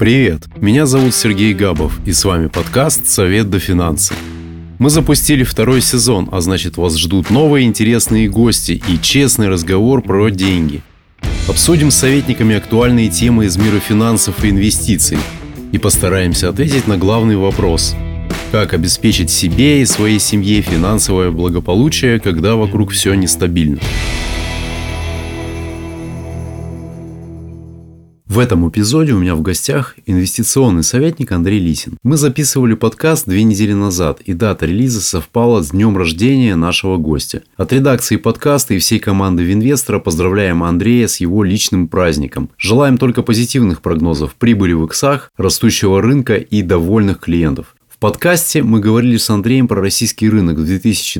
Привет, меня зовут Сергей Габов, и с вами подкаст «Совет до финансы». Мы запустили второй сезон, а значит, вас ждут новые интересные гости и честный разговор про деньги. Обсудим с советниками актуальные темы из мира финансов и инвестиций и постараемся ответить на главный вопрос – как обеспечить себе и своей семье финансовое благополучие, когда вокруг все нестабильно. В этом эпизоде у меня в гостях инвестиционный советник Андрей Лисин. Мы записывали подкаст 2 недели назад, и дата релиза совпала с днем рождения нашего гостя. От редакции подкаста и всей команды Винвестора поздравляем Андрея с его личным праздником. Желаем только позитивных прогнозов прибыли в иксах, растущего рынка и довольных клиентов. В подкасте мы говорили с Андреем про российский рынок в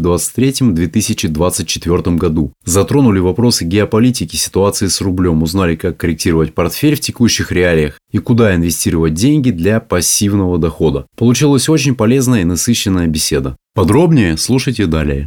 2023-2024 году. Затронули вопросы геополитики, ситуации с рублем, узнали, как корректировать портфель в текущих реалиях и куда инвестировать деньги для пассивного дохода. Получилась очень полезная и насыщенная беседа. Подробнее слушайте далее.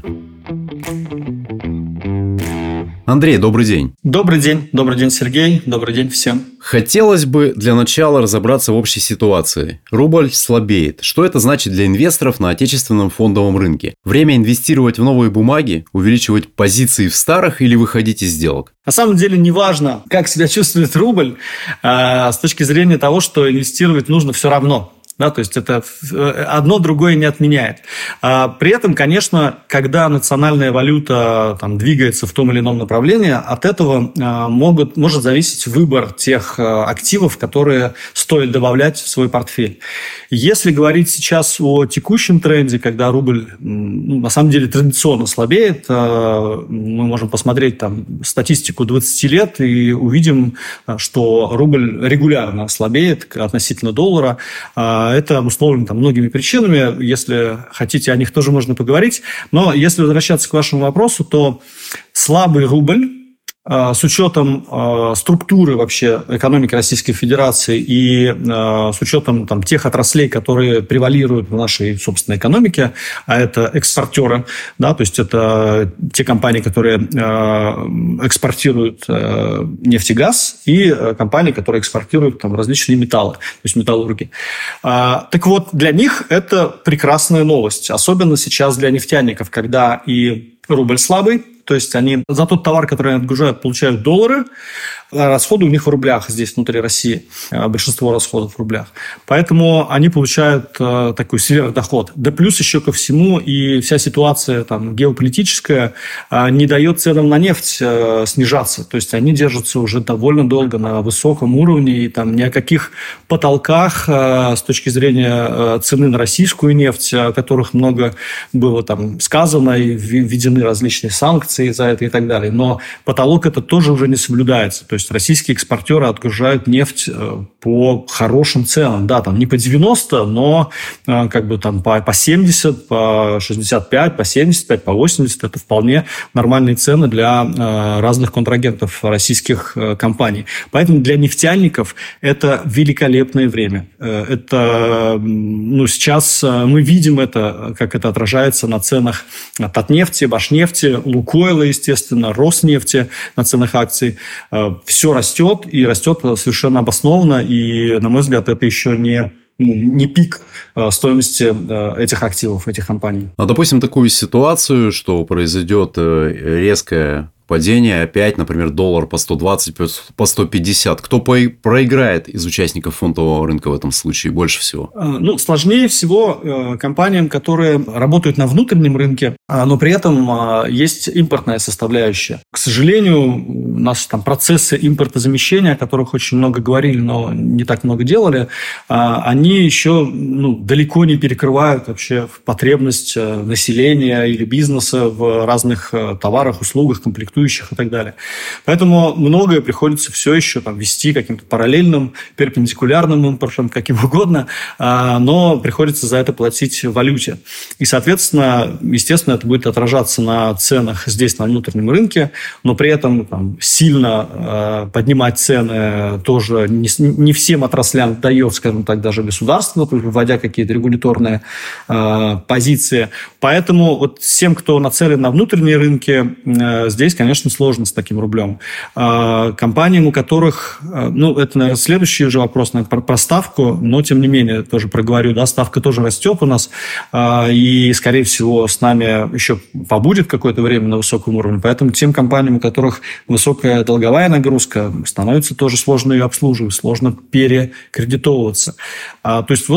Андрей, добрый день. Добрый день, Сергей. Добрый день всем. Хотелось бы для начала разобраться в общей ситуации. Рубль слабеет. Что это значит для инвесторов на отечественном фондовом рынке? Время инвестировать в новые бумаги, увеличивать позиции в старых или выходить из сделок? На самом деле не важно, как себя чувствует рубль, с точки зрения того, что инвестировать нужно все равно. Да, то есть это одно другое не отменяет. При этом, конечно, когда национальная валюта двигается в том или ином направлении, от этого может зависеть выбор тех активов, которые стоит добавлять в свой портфель. Если говорить сейчас о текущем тренде, когда рубль на самом деле традиционно слабеет, мы можем посмотреть статистику 20 лет и увидим, что рубль регулярно слабеет относительно доллара. Это обусловлено многими причинами. Если хотите, о них тоже можно поговорить. Но если возвращаться к вашему вопросу, то слабый рубль с учетом структуры вообще экономики Российской Федерации и с учетом тех отраслей, которые превалируют в нашей собственной экономике, а это экспортеры, да, то есть это те компании, которые экспортируют нефть и газ, и компании, которые экспортируют различные металлы, то есть металлурги. Так вот, для них это прекрасная новость, особенно сейчас для нефтяников, когда и рубль слабый, то есть они за тот товар, который они отгружают, получают доллары, а расходы у них в рублях здесь, внутри России. Большинство расходов в рублях. Поэтому они получают такой сверхдоход. Да плюс еще ко всему и вся ситуация геополитическая не дает ценам на нефть снижаться. То есть они держатся уже довольно долго на высоком уровне. И ни о каких потолках с точки зрения цены на российскую нефть, о которых много было сказано и введены различные санкции за это и так далее. Но потолок этот тоже уже не соблюдается. То есть российские экспортеры отгружают нефть по хорошим ценам. Да, не по 90, но по 70, по 65, по 75, по 80. Это вполне нормальные цены для разных контрагентов российских компаний. Поэтому для нефтяников это великолепное время. Это, сейчас мы видим это, как это отражается на ценах Татнефти, Башнефти, Лукойла, естественно, Роснефти, на ценах акций. Все растет, и растет совершенно обоснованно, и, на мой взгляд, это еще не пик стоимости этих активов, этих компаний. А допустим такую ситуацию, что произойдет резкое падение, опять, например, доллар по 120, по 150. Кто проиграет из участников фондового рынка в этом случае больше всего? Сложнее всего компаниям, которые работают на внутреннем рынке, но при этом есть импортная составляющая. К сожалению, у нас процессы импортозамещения, о которых очень много говорили, но не так много делали, они еще далеко не перекрывают вообще потребность населения или бизнеса в разных товарах, услугах, комплектующих и так далее. Поэтому многое приходится все еще вести каким-то параллельным, перпендикулярным импортом, каким угодно, но приходится за это платить в валюте. И, соответственно, естественно, это будет отражаться на ценах здесь, на внутреннем рынке, но при этом сильно поднимать цены тоже не всем отраслям дает, скажем так, даже государство, вводя какие-то регуляторные позиции. Поэтому всем, кто нацелен на внутренние рынки, здесь, конечно, конечно, сложно с таким рублем. Компаниям, у которых, это, наверное, следующий уже вопрос, наверное, про ставку, но, тем не менее, тоже проговорю, да, ставка тоже растет у нас, и, скорее всего, с нами еще побудет какое-то время на высоком уровне, поэтому тем компаниям, у которых высокая долговая нагрузка, становится тоже сложно ее обслуживать, сложно перекредитовываться. То есть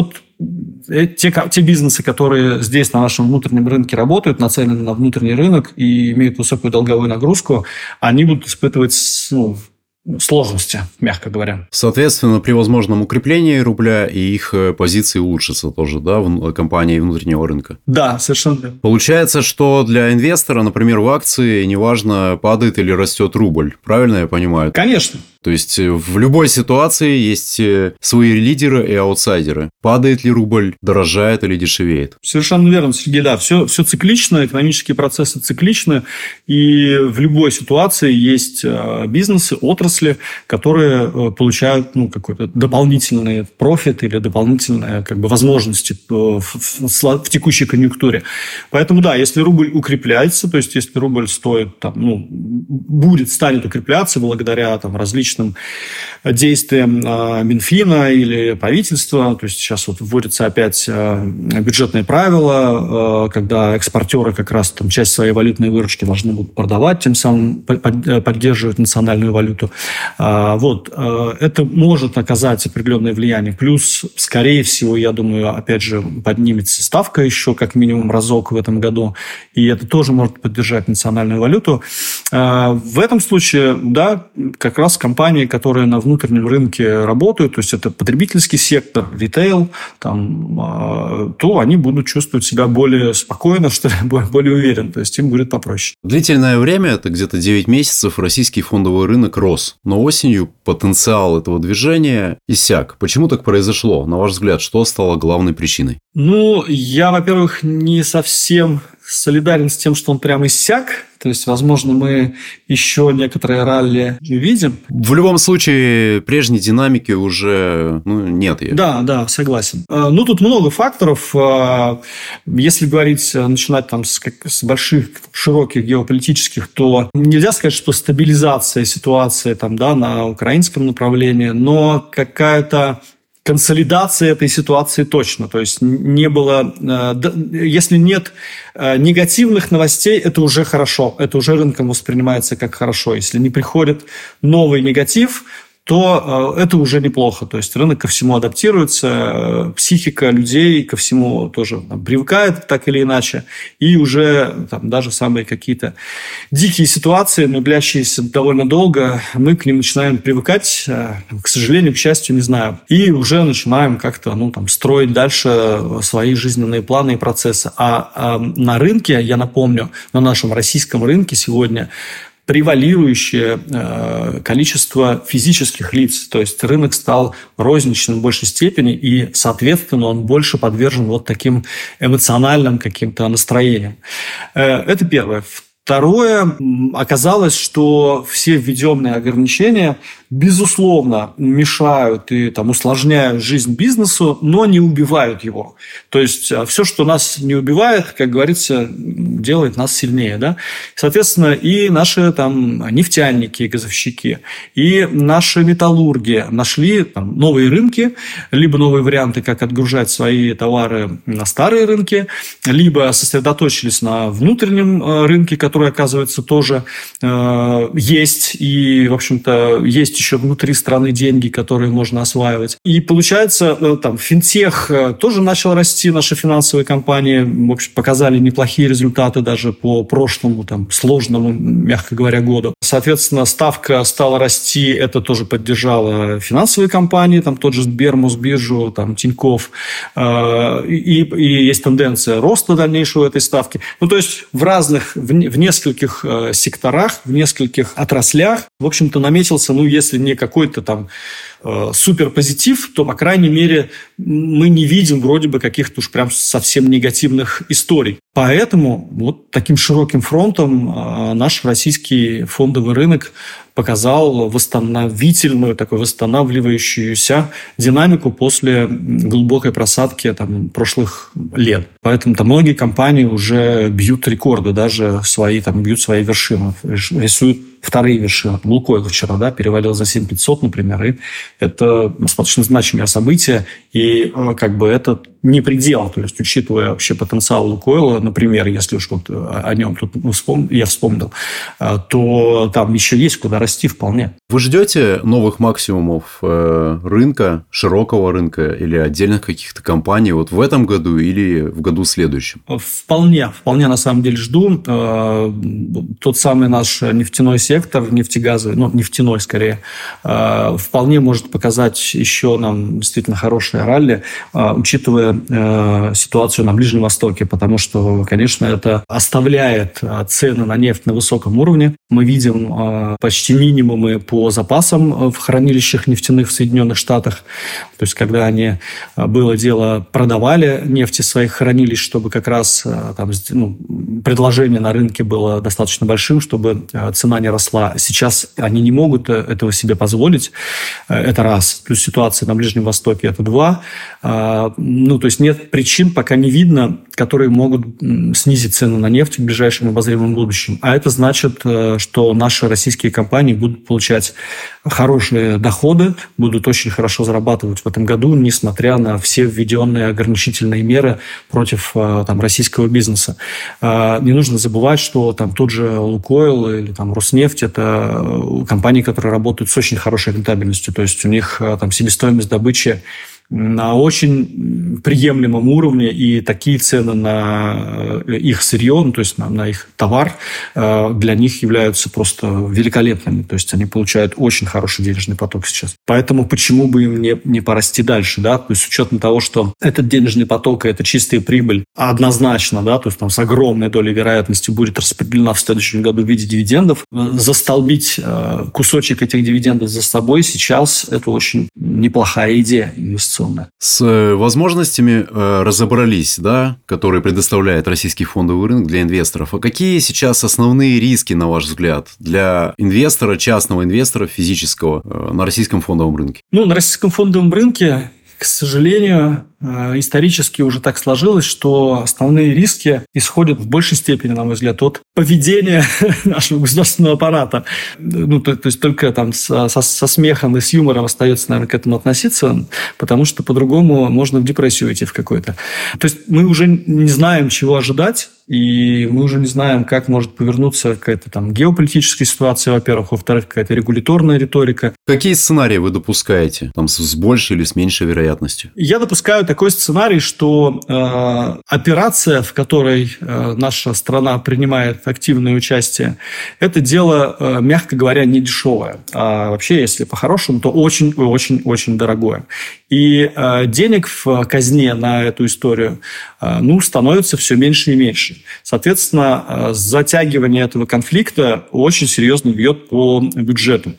те бизнесы, которые здесь на нашем внутреннем рынке работают, нацелены на внутренний рынок и имеют высокую долговую нагрузку, они будут испытывать сложности, мягко говоря. Соответственно, при возможном укреплении рубля и их позиции улучшатся тоже, да, в компании внутреннего рынка? Да, совершенно. Получается, что для инвестора, например, в акции неважно, падает или растет рубль. Правильно я понимаю? Конечно. То есть, в любой ситуации есть свои лидеры и аутсайдеры. Падает ли рубль, дорожает или дешевеет? Совершенно верно, Сергей, да. Все циклично, экономические процессы цикличны, и в любой ситуации есть бизнесы, отрасли, которые получают какой-то дополнительный профит или дополнительные возможности в текущей конъюнктуре. Поэтому, да, если рубль укрепляется, то есть, если рубль станет укрепляться благодаря различным действиям Минфина или правительства, то есть сейчас вводятся опять бюджетные правила, когда экспортеры как раз часть своей валютной выручки должны будут продавать, тем самым поддерживать национальную валюту. Это может оказать определенное влияние. Плюс, скорее всего, я думаю, опять же, поднимется ставка еще как минимум разок в этом году, и это тоже может поддержать национальную валюту. В этом случае, да, как раз компании, которые на внутреннем рынке работают, то есть это потребительский сектор, ритейл, то они будут чувствовать себя более спокойно, что ли, более уверенно, то есть им будет попроще. Длительное время, это где-то 9 месяцев, российский фондовый рынок рос, но осенью потенциал этого движения иссяк. Почему так произошло? На ваш взгляд, что стало главной причиной? Я, во-первых, не совсем солидарен с тем, что он прям иссяк. То есть, возможно, мы еще некоторые ралли увидим. В любом случае, прежней динамики уже нет. Да, согласен. Тут много факторов. Если начинать с больших, широких геополитических, то нельзя сказать, что стабилизация ситуации на украинском направлении, но какая-то консолидация этой ситуации точно. То есть, не было... Если нет негативных новостей, это уже хорошо. Это уже рынком воспринимается как хорошо. Если не приходит новый негатив, то это уже неплохо. То есть, рынок ко всему адаптируется, психика людей ко всему тоже привыкает так или иначе, и уже даже самые какие-то дикие ситуации, но длящиеся довольно долго, мы к ним начинаем привыкать, к сожалению, к счастью, не знаю, и уже начинаем как-то строить дальше свои жизненные планы и процессы. А на рынке, я напомню, на нашем российском рынке сегодня превалирующее количество физических лиц. То есть, рынок стал розничным в большей степени, и, соответственно, он больше подвержен таким эмоциональным каким-то настроениям. Это первое. Второе, оказалось, что все введенные ограничения, безусловно, мешают и усложняют жизнь бизнесу, но не убивают его. То есть, все, что нас не убивает, как говорится, делает нас сильнее. Да? Соответственно, и наши нефтяники, газовщики, и наши металлурги нашли новые рынки, либо новые варианты, как отгружать свои товары на старые рынки, либо сосредоточились на внутреннем рынке, который, оказывается, тоже есть, и, в общем-то, есть еще внутри страны деньги, которые можно осваивать. И получается, финтех тоже начал расти, наши финансовые компании, в общем, показали неплохие результаты даже по прошлому, сложному, мягко говоря, году. Соответственно, ставка стала расти, это тоже поддержало финансовые компании, тот же Сбер, Мосбиржу, Тинькофф, и есть тенденция роста дальнейшего этой ставки. То есть, в нескольких секторах, в нескольких отраслях, в общем-то, наметился, если не какой-то там суперпозитив, то, по крайней мере, мы не видим вроде бы каких-то уж прям совсем негативных историй. Поэтому вот таким широким фронтом наш российский фондовый рынок показал восстановительную, такую восстанавливающуюся динамику после глубокой просадки прошлых лет. Поэтому многие компании уже бьют рекорды, даже бьют свои вершины, рисуют вторые вершины. Лукойл вчера перевалил за 7500, например, и это достаточно значимое событие, и это не предел. То есть, учитывая вообще потенциал Лукойла, например, если уж о нем тут я вспомнил, то там еще есть куда расти вполне. Вы ждете новых максимумов рынка, широкого рынка или отдельных каких-то компаний вот в этом году или в году следующем? Вполне на самом деле жду. Тот самый наш нефтяной сектор, нефтегазовый, нефтяной скорее, вполне может показать еще нам действительно хорошее ралли, учитывая ситуацию на Ближнем Востоке, потому что, конечно, это оставляет цены на нефть на высоком уровне. Мы видим почти минимумы по запасам в хранилищах нефтяных в Соединенных Штатах. То есть, когда они, было дело, продавали нефть из своих хранилищ, чтобы как раз предложение на рынке было достаточно большим, чтобы цена не росла. Сейчас они не могут этого себе позволить. Это раз. Плюс ситуация на Ближнем Востоке – это два. То есть, нет причин, пока не видно, которые могут снизить цены на нефть в ближайшем обозримом будущем. А это значит, что наши российские компании будут получать хорошие доходы, будут очень хорошо зарабатывать в этом году, несмотря на все введенные ограничительные меры против российского бизнеса. Не нужно забывать, что тот же Лукойл или Роснефть – это компании, которые работают с очень хорошей рентабельностью. То есть, у них себестоимость добычи на очень приемлемом уровне, и такие цены на их сырье, то есть на их товар, для них являются просто великолепными. То есть, они получают очень хороший денежный поток сейчас. Поэтому почему бы им не порасти дальше, да? То есть, с учетом того, что этот денежный поток – это чистая прибыль однозначно, да, то есть, с огромной долей вероятности будет распределена в следующем году в виде дивидендов. Застолбить кусочек этих дивидендов за собой сейчас – это очень неплохая идея инвестиционная. С возможностями разобрались, которые предоставляет российский фондовый рынок для инвесторов. А какие сейчас основные риски, на ваш взгляд, для инвестора, частного инвестора, физического на российском фондовом рынке? На российском фондовом рынке, к сожалению, исторически уже так сложилось, что основные риски исходят в большей степени, на мой взгляд, от поведения нашего государственного аппарата. То есть, только со смехом и с юмором остается, наверное, к этому относиться, потому что по-другому можно в депрессию уйти в какой-то. То есть, мы уже не знаем, чего ожидать, и мы уже не знаем, как может повернуться какая-то геополитическая ситуация, во-первых, во-вторых, какая-то регуляторная риторика. Какие сценарии вы допускаете? С большей или с меньшей вероятностью? Я допускаю такой сценарий, что операция, в которой наша страна принимает активное участие, это дело, мягко говоря, не дешевое. А вообще, если по-хорошему, то очень-очень-очень дорогое. И денег в казне на эту историю становится все меньше и меньше. Соответственно, затягивание этого конфликта очень серьезно бьет по бюджету.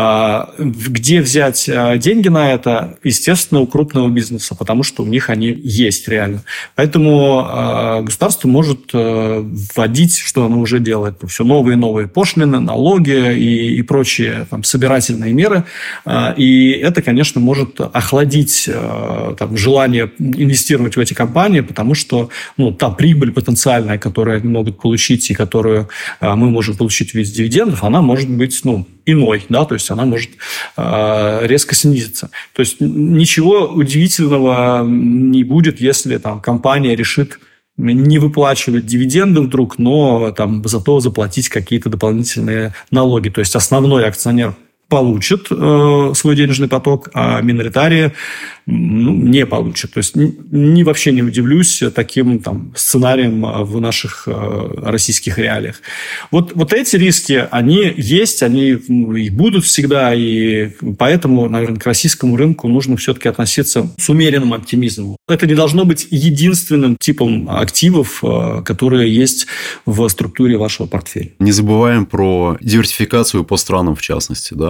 Где взять деньги на это? Естественно, у крупного бизнеса, потому что у них они есть реально. Поэтому государство может вводить, что оно уже делает, все новые и новые пошлины, налоги и прочие собирательные меры. И это, конечно, может охладить желание инвестировать в эти компании, потому что та прибыль потенциальная, которую они могут получить и которую мы можем получить в виде дивидендов, она может быть иной, то есть она может резко снизиться. То есть ничего удивительного не будет, если компания решит не выплачивать дивиденды вдруг, но зато заплатить какие-то дополнительные налоги. То есть основной акционер получит свой денежный поток, а миноритарии не получат. То есть вообще не удивлюсь таким сценарием в наших российских реалиях. Вот эти риски, они есть, они и будут всегда, и поэтому, наверное, к российскому рынку нужно все-таки относиться с умеренным оптимизмом. Это не должно быть единственным типом активов, которые есть в структуре вашего портфеля. Не забываем про диверсификацию по странам, в частности,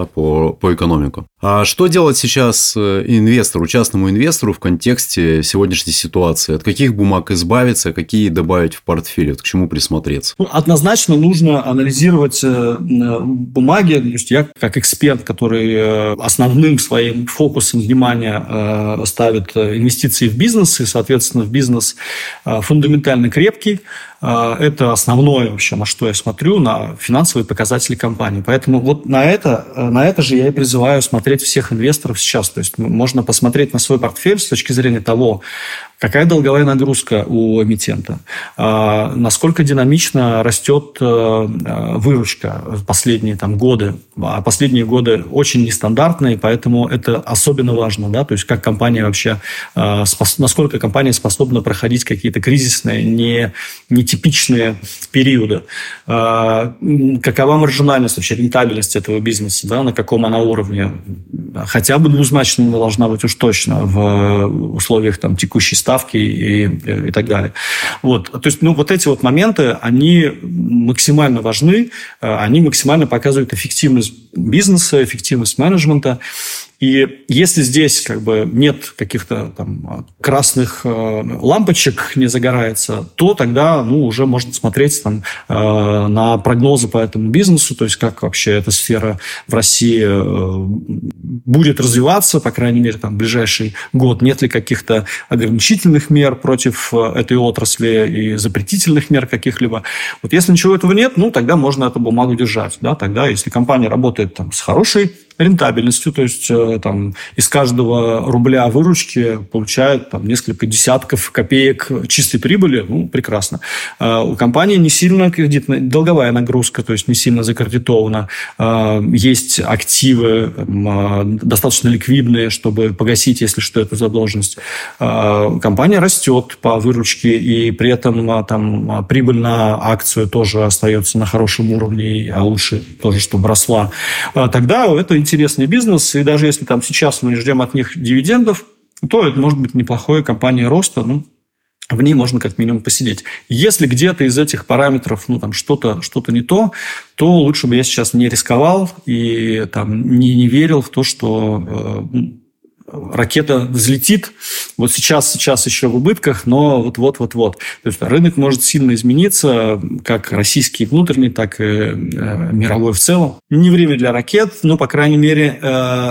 по экономику. А что делать сейчас инвестору, частному инвестору в контексте сегодняшней ситуации? От каких бумаг избавиться, какие добавить в портфель? К чему присмотреться? Однозначно нужно анализировать бумаги. То есть я как эксперт, который основным своим фокусом внимания ставит инвестиции в бизнес, и, соответственно, в бизнес фундаментально крепкий. Это основное вообще, на что я смотрю, на финансовые показатели компании. Поэтому вот на это же я и призываю смотреть всех инвесторов сейчас. То есть можно посмотреть на свой портфель с точки зрения того, какая долговая нагрузка у эмитента, насколько динамично растет выручка в последние годы. А последние годы очень нестандартные, поэтому это особенно важно. Да? То есть как компания вообще, насколько компания способна проходить какие-то кризисные, нетипичные периоды. Какова маржинальность, вообще рентабельность этого бизнеса, да? На каком она уровне. Хотя бы двузначная должна быть уж точно в условиях текущей ставки и так далее. Вот. То есть, вот эти вот моменты, они максимально важны, они максимально показывают эффективность бизнеса, эффективность менеджмента. И если здесь нет каких-то красных лампочек, не загорается, то тогда уже можно смотреть на прогнозы по этому бизнесу, то есть как вообще эта сфера в России будет развиваться, по крайней мере, в ближайший год, нет ли каких-то ограничительных мер против этой отрасли и запретительных мер каких-либо. Вот если ничего этого нет, тогда можно эту бумагу держать. Да? Тогда, если компания работает с хорошей рентабельностью, то есть из каждого рубля выручки получает несколько десятков копеек чистой прибыли, прекрасно. У компании не сильно долговая нагрузка, то есть не сильно закредитована, есть активы достаточно ликвидные, чтобы погасить, если что, эту задолженность. Компания растет по выручке, и при этом прибыль на акцию тоже остается на хорошем уровне, а лучше тоже, чтобы росла. Тогда это интересный бизнес, и даже если сейчас мы ждем от них дивидендов, то это может быть неплохая компания роста, в ней можно как минимум посидеть. Если где-то из этих параметров что-то не то лучше бы я сейчас не рисковал и не верил в то, что ракета взлетит. Вот сейчас еще в убытках, но вот. То есть рынок может сильно измениться, как российский внутренний, так и мировой в целом. Не время для ракет, но, по крайней мере,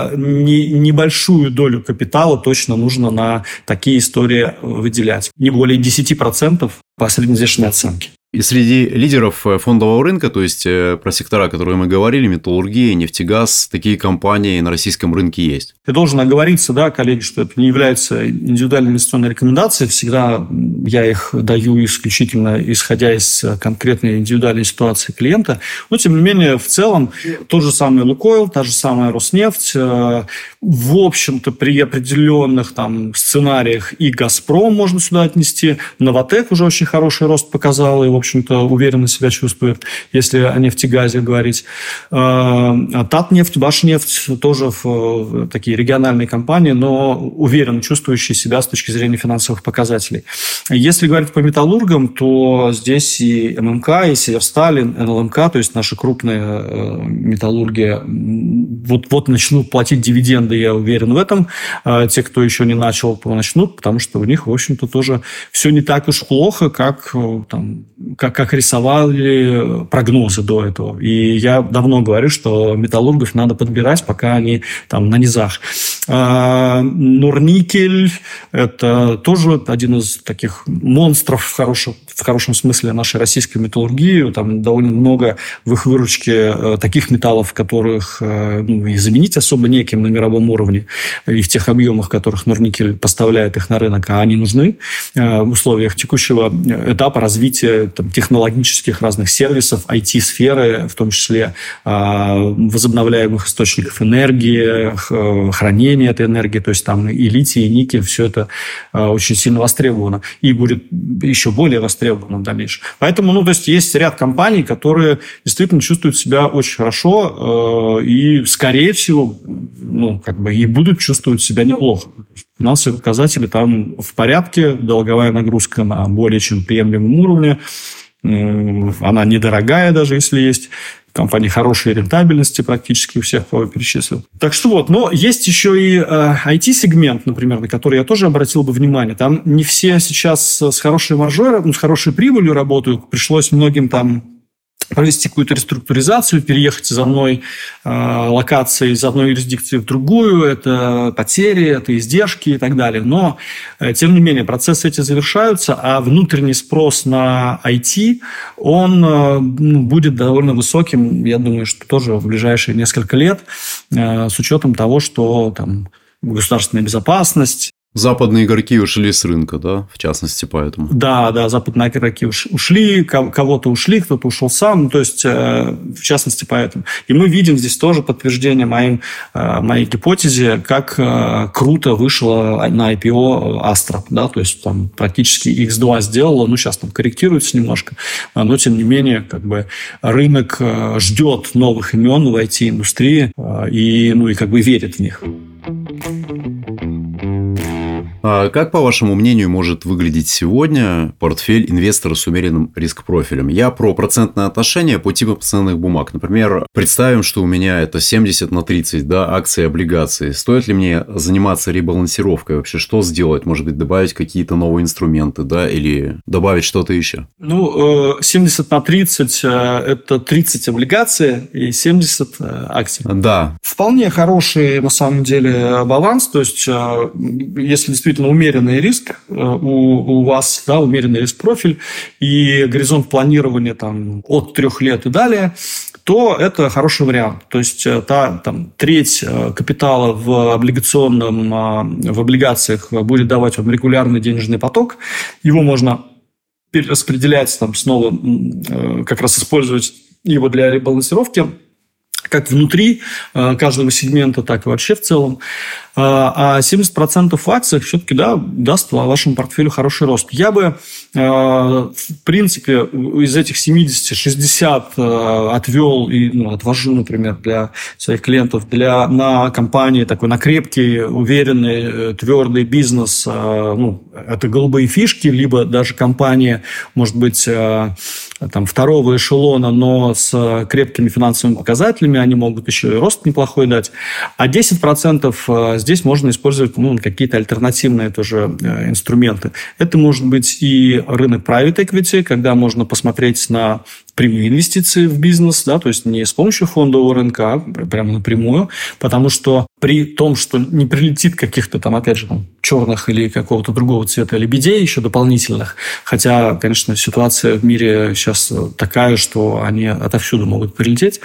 небольшую долю капитала точно нужно на такие истории выделять. Не более 10% по средневзвешенной оценке. И среди лидеров фондового рынка, то есть про сектора, о которых мы говорили, металлургия, нефтегаз, такие компании на российском рынке есть. Я должен оговориться, коллеги, что это не является индивидуальной инвестиционной рекомендацией. Всегда я их даю исключительно исходя из конкретной индивидуальной ситуации клиента. Но, тем не менее, в целом, тот же самый «Лукойл», та же самая «Роснефть», в общем-то, при определенных сценариях и «Газпром» можно сюда отнести. «Новатэк» уже очень хороший рост показал, и, в общем-то, уверенно себя чувствует, если о нефтегазе говорить. Татнефть, Башнефть тоже такие региональные компании, но уверенно чувствующие себя с точки зрения финансовых показателей. Если говорить по металлургам, то здесь и ММК, и Северсталь, и НЛМК, то есть наши крупные металлурги, вот начнут платить дивиденды, я уверен в этом. Те, кто еще не начал, то начнут, потому что у них, в общем-то, тоже все не так уж плохо, как рисовали прогнозы до этого. И я давно говорю, что металлургов надо подбирать, пока они на низах. Норникель – это тоже один из таких монстров в хорошем смысле нашей российской металлургии. Там довольно много в их выручке таких металлов, которых и заменить особо неким на мировом уровне, и в тех объемах, в которых Норникель поставляет их на рынок, а они нужны в условиях текущего этапа развития технологических разных сервисов, IT-сферы, в том числе возобновляемых источников энергии, хранения этой энергии, то есть и литий, и никель, все это очень сильно востребовано и будет еще более востребовано в дальнейшем. Поэтому, то есть есть ряд компаний, которые действительно чувствуют себя очень хорошо и, скорее всего, и будут чувствовать себя неплохо. Финансовые показатели там в порядке, долговая нагрузка на более чем приемлемом уровне. Она недорогая даже, если есть. Компании хорошей рентабельности практически у всех, кого я перечислил. Так что вот. Но есть еще и IT-сегмент, например, на который я тоже обратил бы внимание. Там не все сейчас с хорошей маржой, с хорошей прибылью работают. Пришлось многим там провести какую-то реструктуризацию, переехать из одной локации, из одной юрисдикции в другую. Это потери, это издержки и так далее. Но, тем не менее, процессы эти завершаются, а внутренний спрос на IT, он будет довольно высоким, я думаю, что тоже в ближайшие несколько лет, с учетом того, что там государственная безопасность. Западные игроки ушли с рынка, да, в частности, поэтому. Да, западные игроки ушли, кого-то ушли, кто-то ушел сам, то есть, в частности, поэтому. И мы видим здесь тоже подтверждение моей гипотезе, как круто вышла на IPO Astra, да, то есть, там практически X2 сделала, сейчас там корректируется немножко, но, тем не менее, как бы рынок ждет новых имен в IT-индустрии и как бы верит в них. А как, по вашему мнению, может выглядеть сегодня портфель инвестора с умеренным риск-профилем? Я про процентное отношение по типу ценных бумаг. Например, представим, что у меня это 70/30, да, акции и облигации. Стоит ли мне заниматься ребалансировкой вообще? Что сделать? Может быть, добавить какие-то новые инструменты, да, или добавить что-то еще? 70/30 – это 30 облигаций и 70 акций. Да. Вполне хороший, на самом деле, баланс. То есть, если действительно умеренный риск у вас, да, умеренный риск-профиль и горизонт планирования там, от 3 лет и далее, то это хороший вариант. То есть, треть капитала в облигациях будет давать вам регулярный денежный поток. Его можно перераспределять, снова как раз использовать его для ребалансировки, как внутри каждого сегмента, так и вообще в целом. А 70% в акциях все-таки, да, даст вашему портфелю хороший рост. Я бы, в принципе, из этих 70 60 отвел и отвожу, например, для своих клиентов на компании, на крепкий, уверенный, твердый бизнес. Это голубые фишки, либо даже компания, может быть, второго эшелона, но с крепкими финансовыми показателями, они могут еще и рост неплохой дать. А 10% здесь можно использовать какие-то альтернативные тоже инструменты. Это может быть и рынок private equity, когда можно посмотреть на прямые инвестиции в бизнес, да, то есть не с помощью фондового рынка, а прямо напрямую, потому что при том, что не прилетит каких-то черных или какого-то другого цвета лебедей еще дополнительных, хотя, конечно, ситуация в мире сейчас такая, что они отовсюду могут прилететь.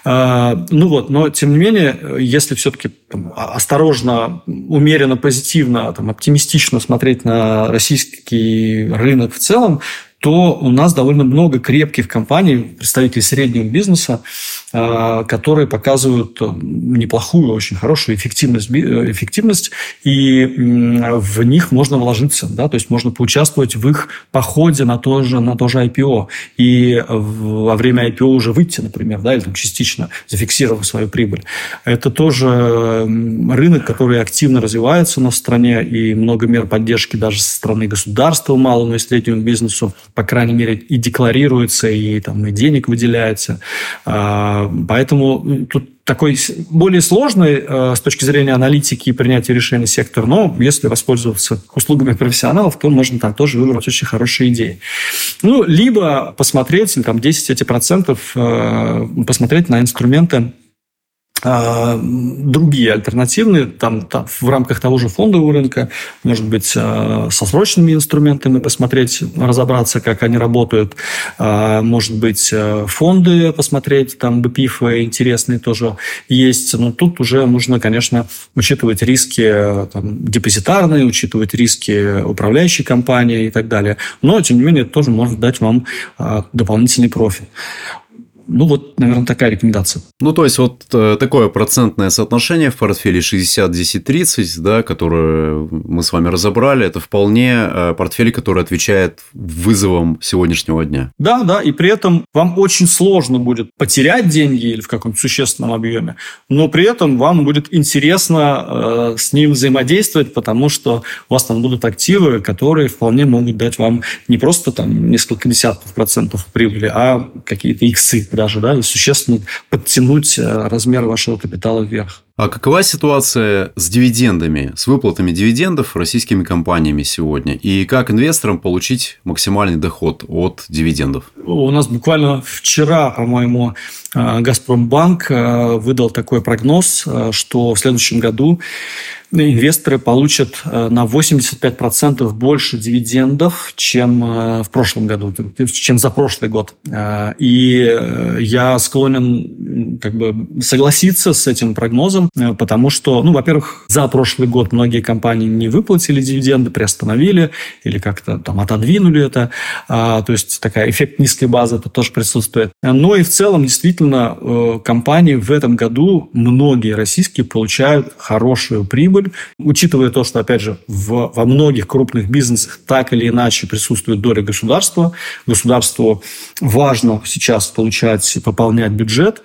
Но, тем не менее, если все-таки осторожно, умеренно, позитивно, оптимистично смотреть на российский рынок в целом, то у нас довольно много крепких компаний, представителей среднего бизнеса, которые показывают неплохую, очень хорошую эффективность, и в них можно вложиться, да, то есть можно поучаствовать в их походе на то же IPO, и во время IPO уже выйти, например, да, или частично зафиксировав свою прибыль. Это тоже рынок, который активно развивается у нас в стране, и много мер поддержки даже со стороны государства малому и среднему бизнесу, по крайней мере, и декларируется, и денег выделяется. Поэтому тут такой более сложный с точки зрения аналитики и принятия решений сектор, но если воспользоваться услугами профессионалов, то можно там тоже выбрать очень хорошие идеи. Либо посмотреть, 10% посмотреть на инструменты другие, альтернативные, в рамках того же фондового рынка, может быть, со срочными инструментами посмотреть, разобраться, как они работают, может быть, фонды посмотреть, БПИФы интересные тоже есть, но тут уже нужно, конечно, учитывать риски депозитарные, учитывать риски управляющей компании и так далее, но, тем не менее, это тоже может дать вам дополнительный профит. наверное, такая рекомендация. То есть, такое процентное соотношение в портфеле 60-10-30, да, которое мы с вами разобрали, это вполне портфель, который отвечает вызовам сегодняшнего дня. Да, и при этом вам очень сложно будет потерять деньги или в каком-то существенном объеме, но при этом вам будет интересно с ним взаимодействовать, потому что у вас там будут активы, которые вполне могут дать вам не просто там несколько десятков процентов прибыли, а какие-то иксы даже, да, и существенно подтянуть размер вашего капитала вверх. А какова ситуация с дивидендами, с выплатами дивидендов российскими компаниями сегодня? И как инвесторам получить максимальный доход от дивидендов? У нас буквально вчера, по-моему, Газпромбанк выдал такой прогноз, что в следующем году инвесторы получат на 85% больше дивидендов, чем в прошлом году, чем за прошлый год. И я склонен согласиться с этим прогнозом, потому что, во-первых, за прошлый год многие компании не выплатили дивиденды, приостановили или как-то там отодвинули это. То есть, такая эффект низкой базы это тоже присутствует. Но и в целом, действительно, компании в этом году, многие российские, получают хорошую прибыль, учитывая то, что, опять же, во многих крупных бизнесах так или иначе присутствует доля государства. Государству важно сейчас получать и пополнять бюджет,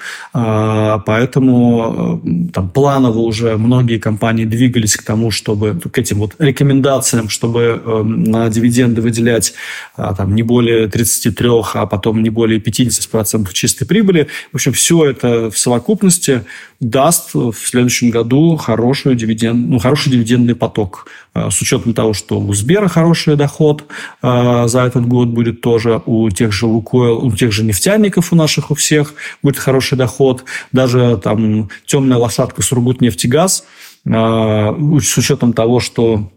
поэтому планово уже многие компании двигались к тому, чтобы к этим рекомендациям, чтобы на дивиденды выделять не более 33, а потом не более 50% чистой прибыли. В общем, все это в совокупности даст в следующем году хороший дивидендный поток. С учетом того, что у Сбера хороший доход за этот год будет тоже, у тех же Лукойл, у тех же нефтяников у наших у всех будет хороший доход. Даже темная лошадка Сургутнефтегаз, с учетом того, что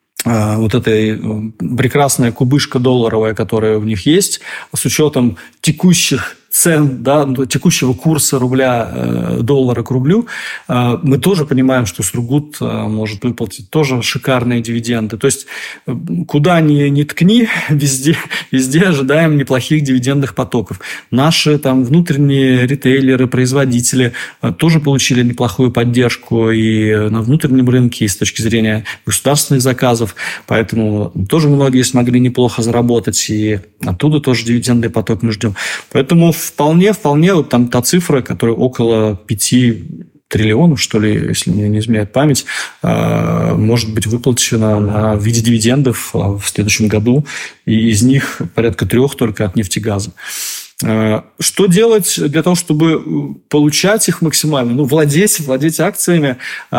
эта прекрасная кубышка долларовая, которая у них есть, с учетом текущих цен, текущего курса рубля, доллара к рублю, мы тоже понимаем, что Сургут может выплатить тоже шикарные дивиденды. То есть, куда ни ткни, везде ожидаем неплохих дивидендных потоков. Наши внутренние ритейлеры, производители тоже получили неплохую поддержку и на внутреннем рынке, и с точки зрения государственных заказов. Поэтому тоже многие смогли неплохо заработать, и оттуда тоже дивидендный поток мы ждем. Поэтому вполне та цифра, которая около 5 триллионов, что ли, если мне не изменяет память, может быть выплачена в виде дивидендов в следующем году, и из них порядка 3 только от нефтегаза. Что делать для того, чтобы получать их максимально? Владеть акциями,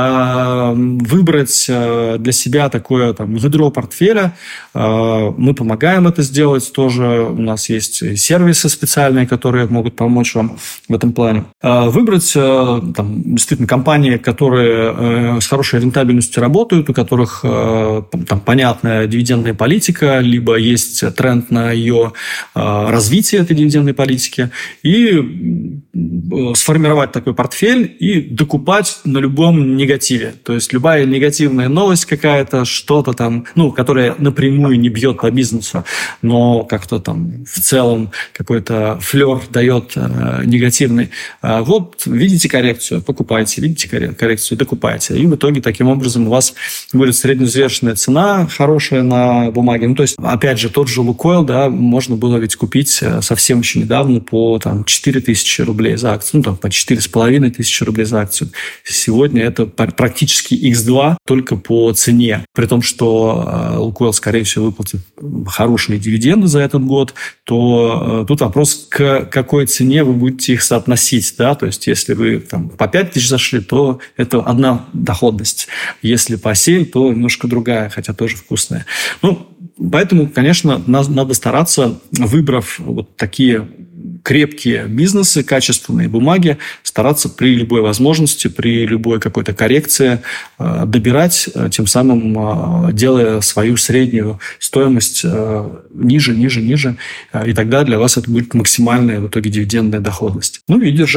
выбрать для себя такое ядро портфеля. Мы помогаем это сделать тоже. У нас есть сервисы специальные, которые могут помочь вам в этом плане. Выбрать действительно компании, которые с хорошей рентабельностью работают, у которых понятная дивидендная политика, либо есть тренд на ее развитие этой дивидендной политики, и сформировать такой портфель и докупать на любом негативе. То есть любая негативная новость какая-то, что-то которая напрямую не бьет по бизнесу, но как-то в целом какой-то флер дает негативный. Видите коррекцию, покупайте, видите коррекцию, докупайте. И в итоге таким образом у вас будет средневзвешенная цена хорошая на бумаге. То есть, опять же, тот же Лукойл, можно было ведь купить совсем еще недавно по 4 тысячи рублей за акцию, по 4,5 тысячи рублей за акцию. Сегодня это практически X2 только по цене. При том, что Лукойл, скорее всего, выплатит хорошие дивиденды за этот год, то тут вопрос, к какой цене вы будете их соотносить. То есть, если вы по 5 тысяч зашли, то это одна доходность. Если по 7, то немножко другая, хотя тоже вкусная. Поэтому, конечно, надо стараться, выбрав такие крепкие бизнесы, качественные бумаги, стараться при любой возможности, при любой какой-то коррекции добирать, тем самым делая свою среднюю стоимость ниже, и тогда для вас это будет максимальная в итоге дивидендная доходность. И держать.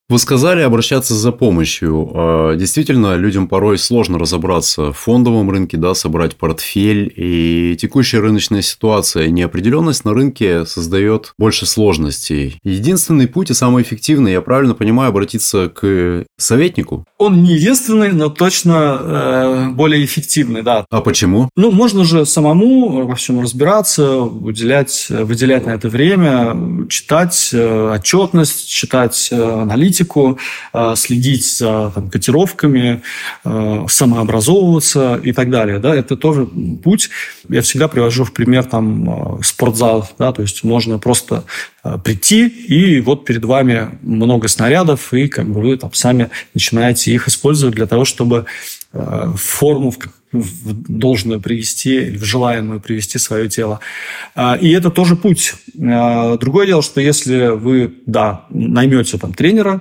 Вы сказали обращаться за помощью. Действительно, людям порой сложно разобраться в фондовом рынке, да, собрать портфель. И текущая рыночная ситуация, неопределенность на рынке создает больше сложностей. Единственный путь и самый эффективный, я правильно понимаю, обратиться к советнику? Он не единственный, но точно более эффективный, да. А почему? Можно же самому во всем разбираться, выделять на это время, читать отчетность, читать аналитику, следить за котировками, самообразовываться и так далее. Да? Это тоже путь. Я всегда привожу в пример спортзал. Да? То есть можно просто прийти, и вот перед вами много снарядов, и вы сами начинаете их использовать для того, чтобы в форму в должную привести, в желаемую привести свое тело. И это тоже путь. Другое дело, что если вы, наймете тренера,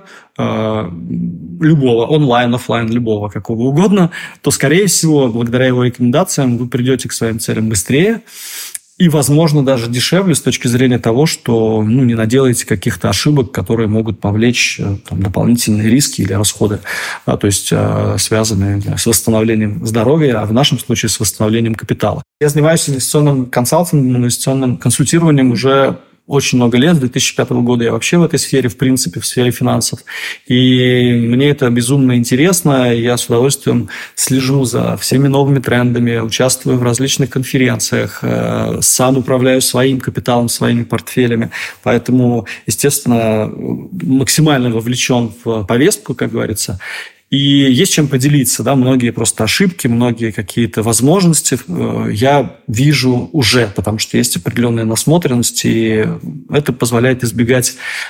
любого, онлайн, офлайн, любого, какого угодно, то, скорее всего, благодаря его рекомендациям вы придете к своим целям быстрее, и, возможно, даже дешевле с точки зрения того, что не наделаете каких-то ошибок, которые могут повлечь дополнительные риски или расходы, то есть связанные с восстановлением здоровья, а в нашем случае с восстановлением капитала. Я занимаюсь инвестиционным консалтингом, инвестиционным консультированием уже очень много лет, с 2005 года я вообще в этой сфере, в принципе, в сфере финансов. И мне это безумно интересно. Я с удовольствием слежу за всеми новыми трендами, участвую в различных конференциях, сам управляю своим капиталом, своими портфелями. Поэтому, естественно, максимально вовлечен в повестку, как говорится. И есть чем поделиться, многие просто ошибки, многие какие-то возможности я вижу уже, потому что есть определенная насмотренность, и это позволяет избегать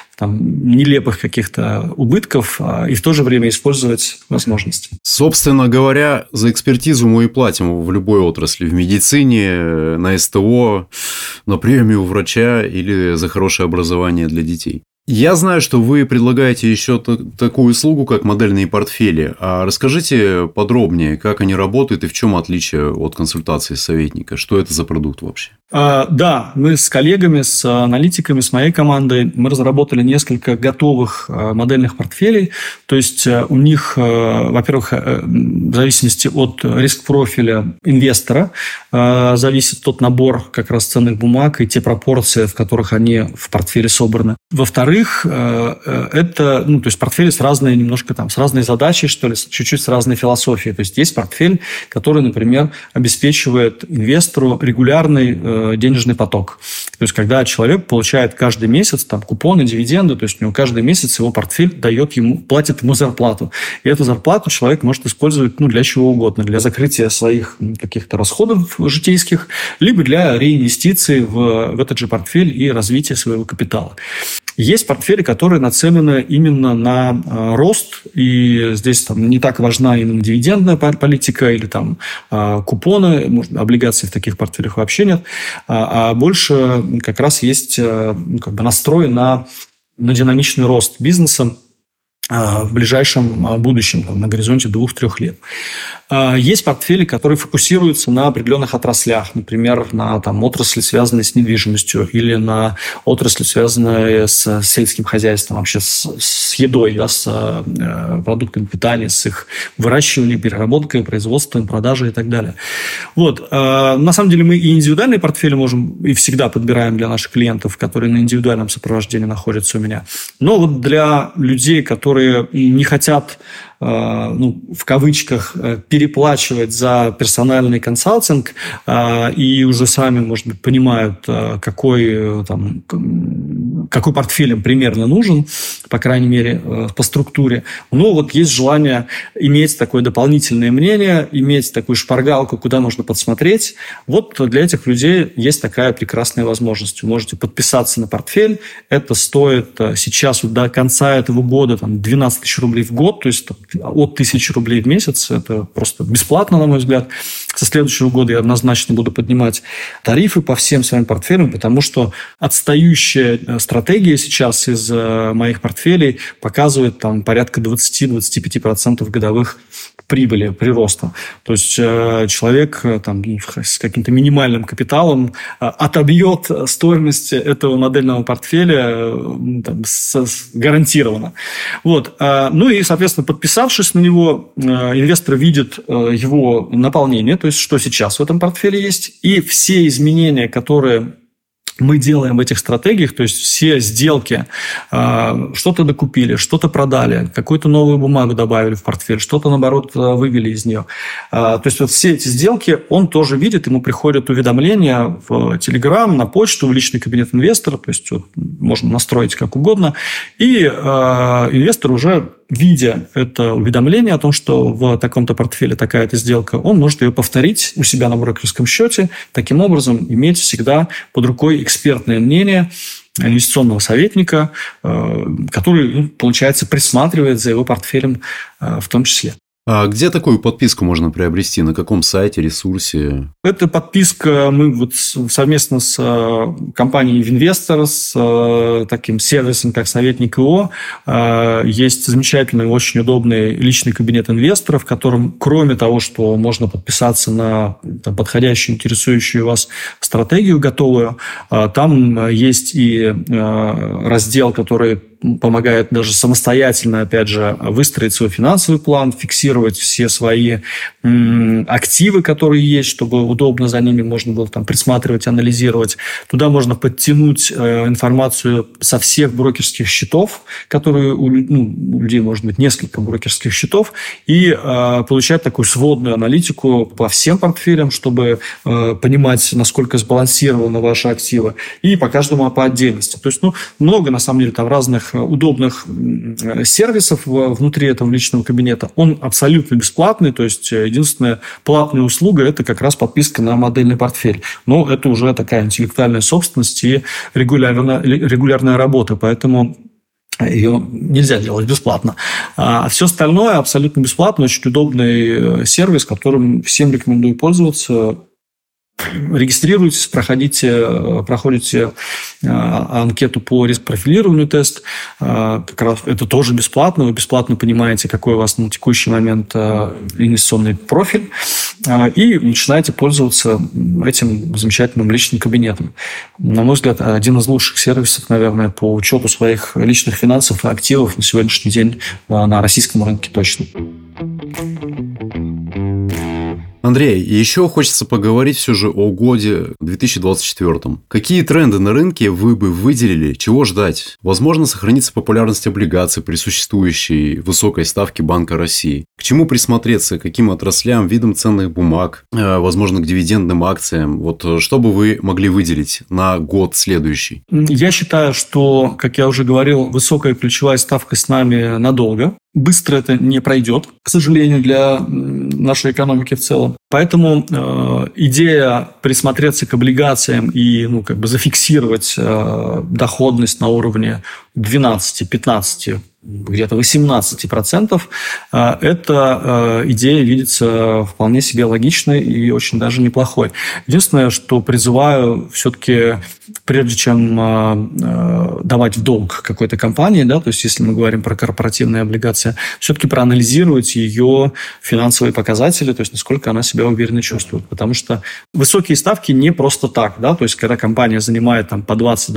нелепых каких-то убытков и в то же время использовать возможности. Собственно говоря, за экспертизу мы и платим в любой отрасли, в медицине, на СТО, на премию врача или за хорошее образование для детей. Я знаю, что вы предлагаете еще такую услугу, как модельные портфели. А расскажите подробнее, как они работают и в чем отличие от консультации советника. Что это за продукт вообще? Да, мы с коллегами, с аналитиками, с моей командой, мы разработали несколько готовых модельных портфелей. То есть у них, во-первых, в зависимости от риск-профиля инвестора, зависит тот набор как раз ценных бумаг и те пропорции, в которых они в портфеле собраны. Во-вторых, это, то есть портфели с разной немножко с разной задачей, что ли, чуть-чуть с разной философией. То есть портфель, который, например, обеспечивает инвестору регулярный денежный поток. То есть когда человек получает каждый месяц купоны, дивиденды, то есть у него каждый месяц его портфель платит ему зарплату. И эту зарплату человек может использовать для чего угодно, для закрытия своих каких-то расходов житейских, либо для реинвестиций в этот же портфель и развития своего капитала. Есть портфели, которые нацелены именно на рост, и здесь не так важна именно дивидендная политика или купоны, облигаций в таких портфелях вообще нет, а больше как раз есть настрой на динамичный рост бизнеса в ближайшем будущем, на горизонте 2-3 лет. Есть портфели, которые фокусируются на определенных отраслях, например, на отрасли, связанные с недвижимостью, или на отрасли, связанные с сельским хозяйством, вообще с едой, с продуктами питания, с их выращиванием, переработкой, производством, продажей и так далее. На самом деле мы и индивидуальные портфели можем и всегда подбираем для наших клиентов, которые на индивидуальном сопровождении находятся у меня. Но для людей, которые не хотят, в кавычках, переплачивать за персональный консалтинг и уже сами, может быть, понимают, какой портфель им примерно нужен, по крайней мере, по структуре. Но есть желание иметь такое дополнительное мнение, иметь такую шпаргалку, куда можно подсмотреть. Для этих людей есть такая прекрасная возможность. Вы можете подписаться на портфель. Это стоит сейчас до конца этого года 12 тысяч рублей в год, то есть от 1000 рублей в месяц. Это просто бесплатно, на мой взгляд. со следующего года я однозначно буду поднимать тарифы по всем своим портфелям, потому что отстающая стратегия сейчас из моих портфелей показывает там порядка 20-25% годовых прибыли, прироста. То есть человек там, с каким-то минимальным капиталом отобьет стоимость этого модельного портфеля там, гарантированно. Вот. Ну и, соответственно, подписавшись на него, инвестор видит его наполнение, то есть что сейчас в этом портфеле есть, и все изменения, которые мы делаем в этих стратегиях, то есть все сделки, что-то докупили, что-то продали, какую-то новую бумагу добавили в портфель, что-то, наоборот, вывели из нее. То есть вот все эти сделки он тоже видит, ему приходят уведомления в Telegram, на почту, в личный кабинет инвестора, то есть вот, можно настроить как угодно, и инвестор уже, видя это уведомление о том, что в таком-то портфеле такая-то сделка, он может ее повторить у себя на брокерском счете, таким образом иметь всегда под рукой экспертное мнение инвестиционного советника, который, получается, присматривает за его портфелем в том числе. А где такую подписку можно приобрести? На каком сайте, ресурсе? Эта подписка мы вот совместно с компанией Винвестор, с таким сервисом, как Советник ИО, есть замечательный, очень удобный личный кабинет инвестора, в котором, кроме того, что можно подписаться на подходящую, интересующую вас стратегию готовую, там есть и раздел, который помогает даже самостоятельно, опять же, выстроить свой финансовый план, фиксировать все свои активы, которые есть, чтобы удобно за ними можно было там присматривать, анализировать. Туда можно подтянуть информацию со всех брокерских счетов, которые у людей может быть несколько брокерских счетов, и получать такую сводную аналитику по всем портфелям, чтобы понимать, насколько сбалансированы ваши активы, и по каждому по отдельности. То есть, много, на самом деле, там разных удобных сервисов внутри этого личного кабинета. Он абсолютно бесплатный, то есть единственная платная услуга – это как раз подписка на модельный портфель. Но это уже такая интеллектуальная собственность и регулярная работа, поэтому ее нельзя делать бесплатно. А все остальное абсолютно бесплатно, очень удобный сервис, которым всем рекомендую пользоваться. Регистрируйтесь, проходите анкету по риск-профилированию, тест. Как раз это тоже бесплатно. Вы бесплатно понимаете, какой у вас на текущий момент инвестиционный профиль, и начинаете пользоваться этим замечательным личным кабинетом. На мой взгляд, один из лучших сервисов, наверное, по учету своих личных финансов и активов на сегодняшний день на российском рынке точно. Андрей, еще хочется поговорить все же о годе 2024. Какие тренды на рынке вы бы выделили? Чего ждать? Возможно, сохранится популярность облигаций при существующей высокой ставке Банка России. К чему присмотреться? Каким отраслям, видам ценных бумаг? Возможно, к дивидендным акциям? Вот что бы вы могли выделить на год следующий? Я считаю, что, как я уже говорил, высокая ключевая ставка с нами надолго. Быстро это не пройдет, к сожалению, для нашей экономики в целом. Поэтому идея присмотреться к облигациям и зафиксировать доходность на уровне 12-15%, где-то 18%, эта идея видится вполне себе логичной и очень даже неплохой. Единственное, что призываю все-таки, прежде чем давать в долг какой-то компании, то есть если мы говорим про корпоративные облигации, все-таки проанализировать ее финансовые показатели, то есть насколько она себя уверенно чувствует. Потому что высокие ставки не просто так, то есть когда компания занимает по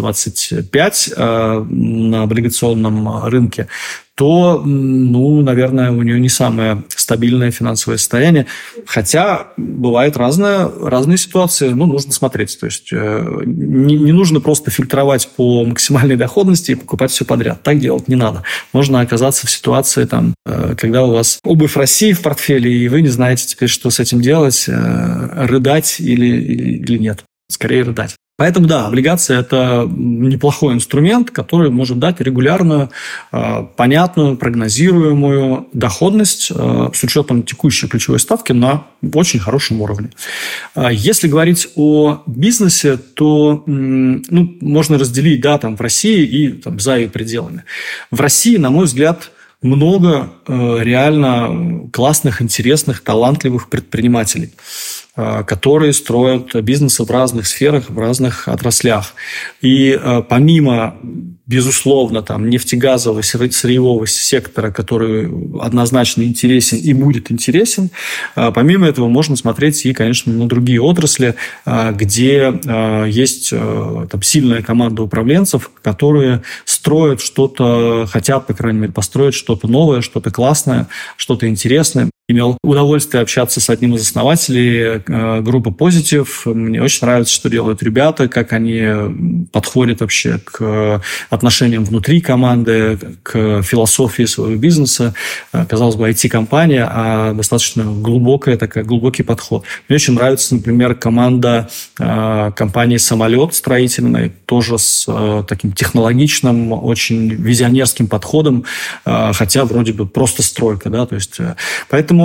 20-25 на облигационном рынке, то, наверное, у нее не самое стабильное финансовое состояние. Хотя бывают разные ситуации, нужно смотреть. То есть не нужно просто фильтровать по максимальной доходности и покупать все подряд. Так делать не надо. Можно оказаться в ситуации, когда у вас обувь России в портфеле, и вы не знаете теперь, что с этим делать, рыдать или нет. Скорее рыдать. Поэтому, облигация – это неплохой инструмент, который может дать регулярную, понятную, прогнозируемую доходность с учетом текущей ключевой ставки на очень хорошем уровне. Если говорить о бизнесе, то можно разделить в России и за ее пределами. В России, на мой взгляд, много реально классных, интересных, талантливых предпринимателей. которые строят бизнесы в разных сферах, в разных отраслях. И помимо, безусловно, там, нефтегазового, сырьевого сектора, который однозначно интересен и будет интересен, помимо этого можно смотреть и, конечно, на другие отрасли, где есть там сильная команда управленцев, которые строят что-то, хотят, по крайней мере, построить что-то новое, что-то классное, что-то интересное. Имел удовольствие общаться с одним из основателей группы Positive. Мне очень нравится, что делают ребята, как они подходят вообще к отношениям внутри команды, к философии своего бизнеса. Казалось бы, IT-компания, а достаточно глубокий подход. Мне очень нравится, например, команда компании «Самолет» строительной, тоже с таким технологичным, очень визионерским подходом, хотя вроде бы просто стройка, да, то есть поэтому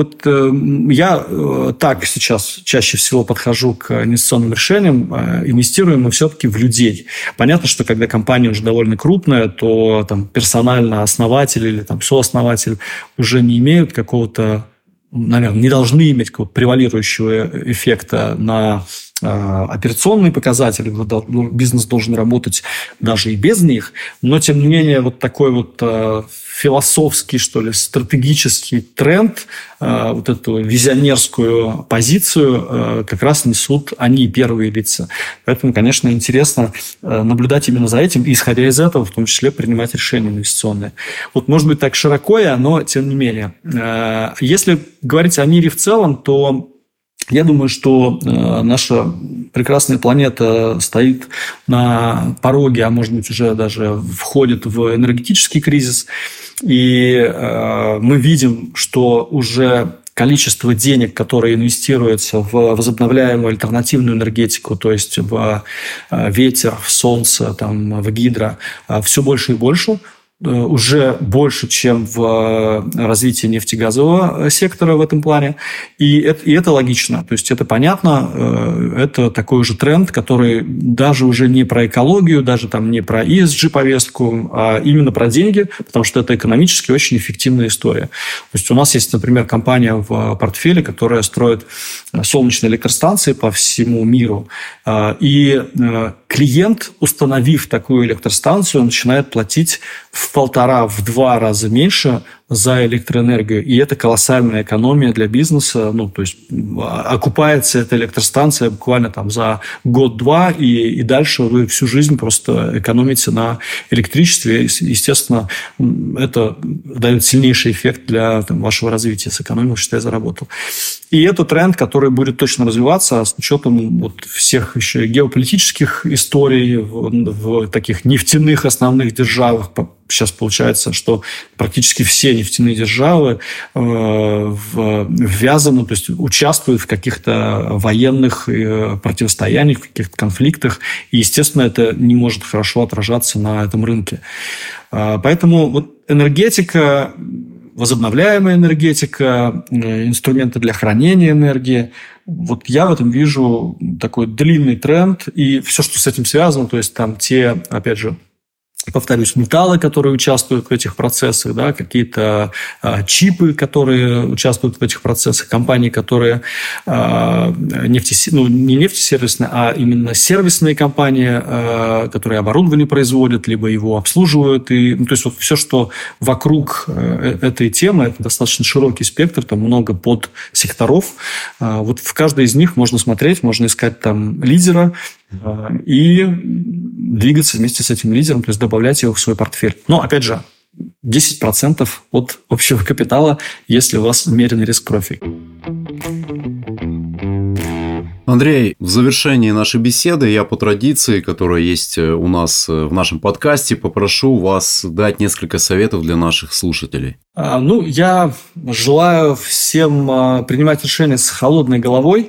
я так сейчас чаще всего подхожу к инвестиционным решениям. Инвестируем мы все-таки в людей. Понятно, что когда компания уже довольно крупная, то там персонально основатель или там сооснователь уже не имеют какого-то, наверное, не должны иметь какого-то превалирующего эффекта на операционные показатели, бизнес должен работать даже и без них, но, тем не менее, вот такой вот философский, что ли, стратегический тренд, вот эту визионерскую позицию как раз несут они, первые лица. Поэтому, конечно, интересно наблюдать именно за этим, и, исходя из этого, в том числе, принимать решения инвестиционные. Вот, может быть, так широко я, но, тем не менее. Если говорить о мире в целом, то я думаю, что наша прекрасная планета стоит на пороге, а может быть, уже даже входит в энергетический кризис. И мы видим, что уже количество денег, которое инвестируется в возобновляемую альтернативную энергетику, то есть в ветер, в солнце, там, в гидро, все больше и больше. Уже больше, чем в развитии нефтегазового сектора в этом плане. И это логично. То есть это понятно. Это такой уже тренд, который даже уже не про экологию, даже там не про ESG-повестку, а именно про деньги, потому что это экономически очень эффективная история. То есть у нас есть, например, компания в портфеле, которая строит солнечные электростанции по всему миру. И клиент, установив такую электростанцию, начинает платить в 1,5-2 раза меньше за электроэнергию. И это колоссальная экономия для бизнеса. Ну, то есть окупается эта электростанция буквально там за год-два, и дальше вы всю жизнь просто экономите на электричестве. Естественно, это дает сильнейший эффект для вашего развития. Сэкономил, считай, заработал. И это тренд, который будет точно развиваться с учетом вот всех еще геополитических историй в таких нефтяных основных державах. Сейчас получается, что практически все нефтяные державы ввязаны, то есть участвуют в каких-то военных противостояниях, в каких-то конфликтах. И, естественно, это не может хорошо отражаться на этом рынке. Поэтому вот энергетика, возобновляемая энергетика, инструменты для хранения энергии. Вот я в этом вижу такой длинный тренд. И все, что с этим связано, то есть там те, опять же, повторюсь, металлы, которые участвуют в этих процессах, да, какие-то чипы, которые участвуют в этих процессах, компании, которые не нефтесервисные, а именно сервисные компании, которые оборудование производят, либо его обслуживают. И, то есть вот все, что вокруг этой темы, это достаточно широкий спектр, там много подсекторов. Вот в каждой из них можно смотреть, можно искать там лидера и двигаться вместе с этим лидером, то есть добавлять его в свой портфель. Но, опять же, 10% от общего капитала, если у вас умеренный риск-профиль. Андрей, в завершении нашей беседы я по традиции, которая есть у нас в нашем подкасте, попрошу вас дать несколько советов для наших слушателей. Я желаю всем принимать решения с холодной головой,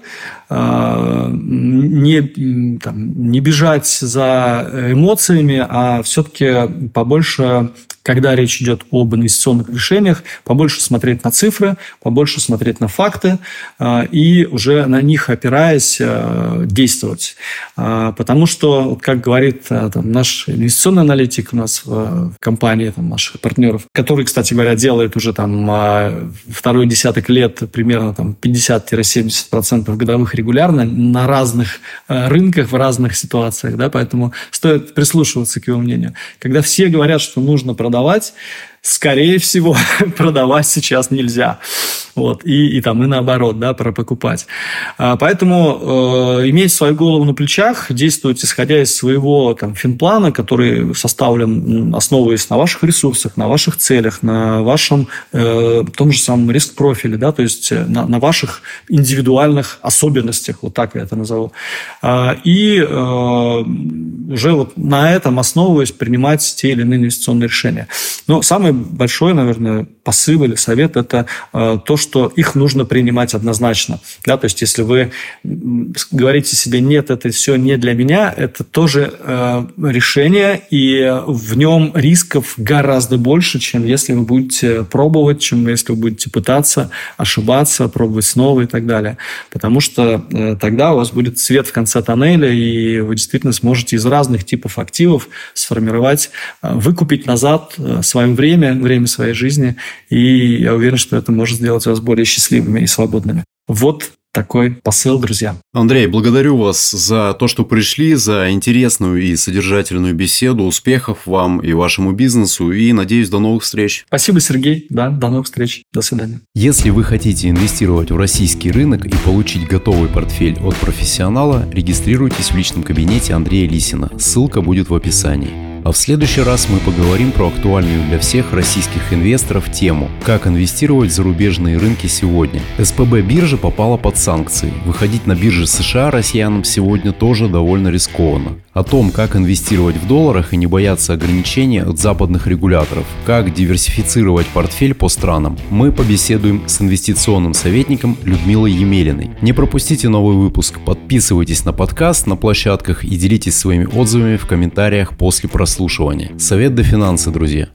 не бежать за эмоциями, а все-таки побольше, когда речь идет об инвестиционных решениях, побольше смотреть на цифры, побольше смотреть на факты и уже на них опираясь действовать. Потому что, как говорит наш инвестиционный аналитик у нас в компании, наших партнеров, который, кстати говоря, делает делает уже там второй десяток лет примерно там 50-70% годовых регулярно на разных рынках, в разных ситуациях, да, поэтому стоит прислушиваться к его мнению. Когда все говорят, что нужно продавать, скорее всего, продавать сейчас нельзя. Вот. И наоборот, да, покупать. Поэтому иметь свою голову на плечах, действовать исходя из своего финплана, который составлен, основываясь на ваших ресурсах, на ваших целях, на вашем том же самом риск-профиле, да, то есть на ваших индивидуальных особенностях, вот так я это назову. И уже вот на этом основываясь принимать те или иные инвестиционные решения. Но самый большой, наверное, посыл или совет – это то, что их нужно принимать однозначно. Да? То есть, если вы говорите себе «нет, это все не для меня», это тоже решение, и в нем рисков гораздо больше, чем если вы будете пробовать, чем если вы будете пытаться, ошибаться, пробовать снова и так далее. Потому что тогда у вас будет свет в конце тоннеля, и вы действительно сможете из разных типов активов сформировать, выкупить назад свое время своей жизни, и я уверен, что это может сделать вас более счастливыми и свободными. Вот такой посыл, друзья. Андрей, благодарю вас за то, что пришли, за интересную и содержательную беседу. Успехов вам и вашему бизнесу, и, надеюсь, до новых встреч. Спасибо, Сергей. Да, до новых встреч. До свидания. Если вы хотите инвестировать в российский рынок и получить готовый портфель от профессионала, регистрируйтесь в личном кабинете Андрея Лисина. Ссылка будет в описании. А в следующий раз мы поговорим про актуальную для всех российских инвесторов тему «Как инвестировать в зарубежные рынки сегодня». СПБ биржа попала под санкции. Выходить на биржи США россиянам сегодня тоже довольно рискованно. О том, как инвестировать в долларах и не бояться ограничений от западных регуляторов, как диверсифицировать портфель по странам, мы побеседуем с инвестиционным советником Людмилой Емелиной. Не пропустите новый выпуск, подписывайтесь на подкаст на площадках и делитесь своими отзывами в комментариях после прослушивания. Совет до финансы, друзья.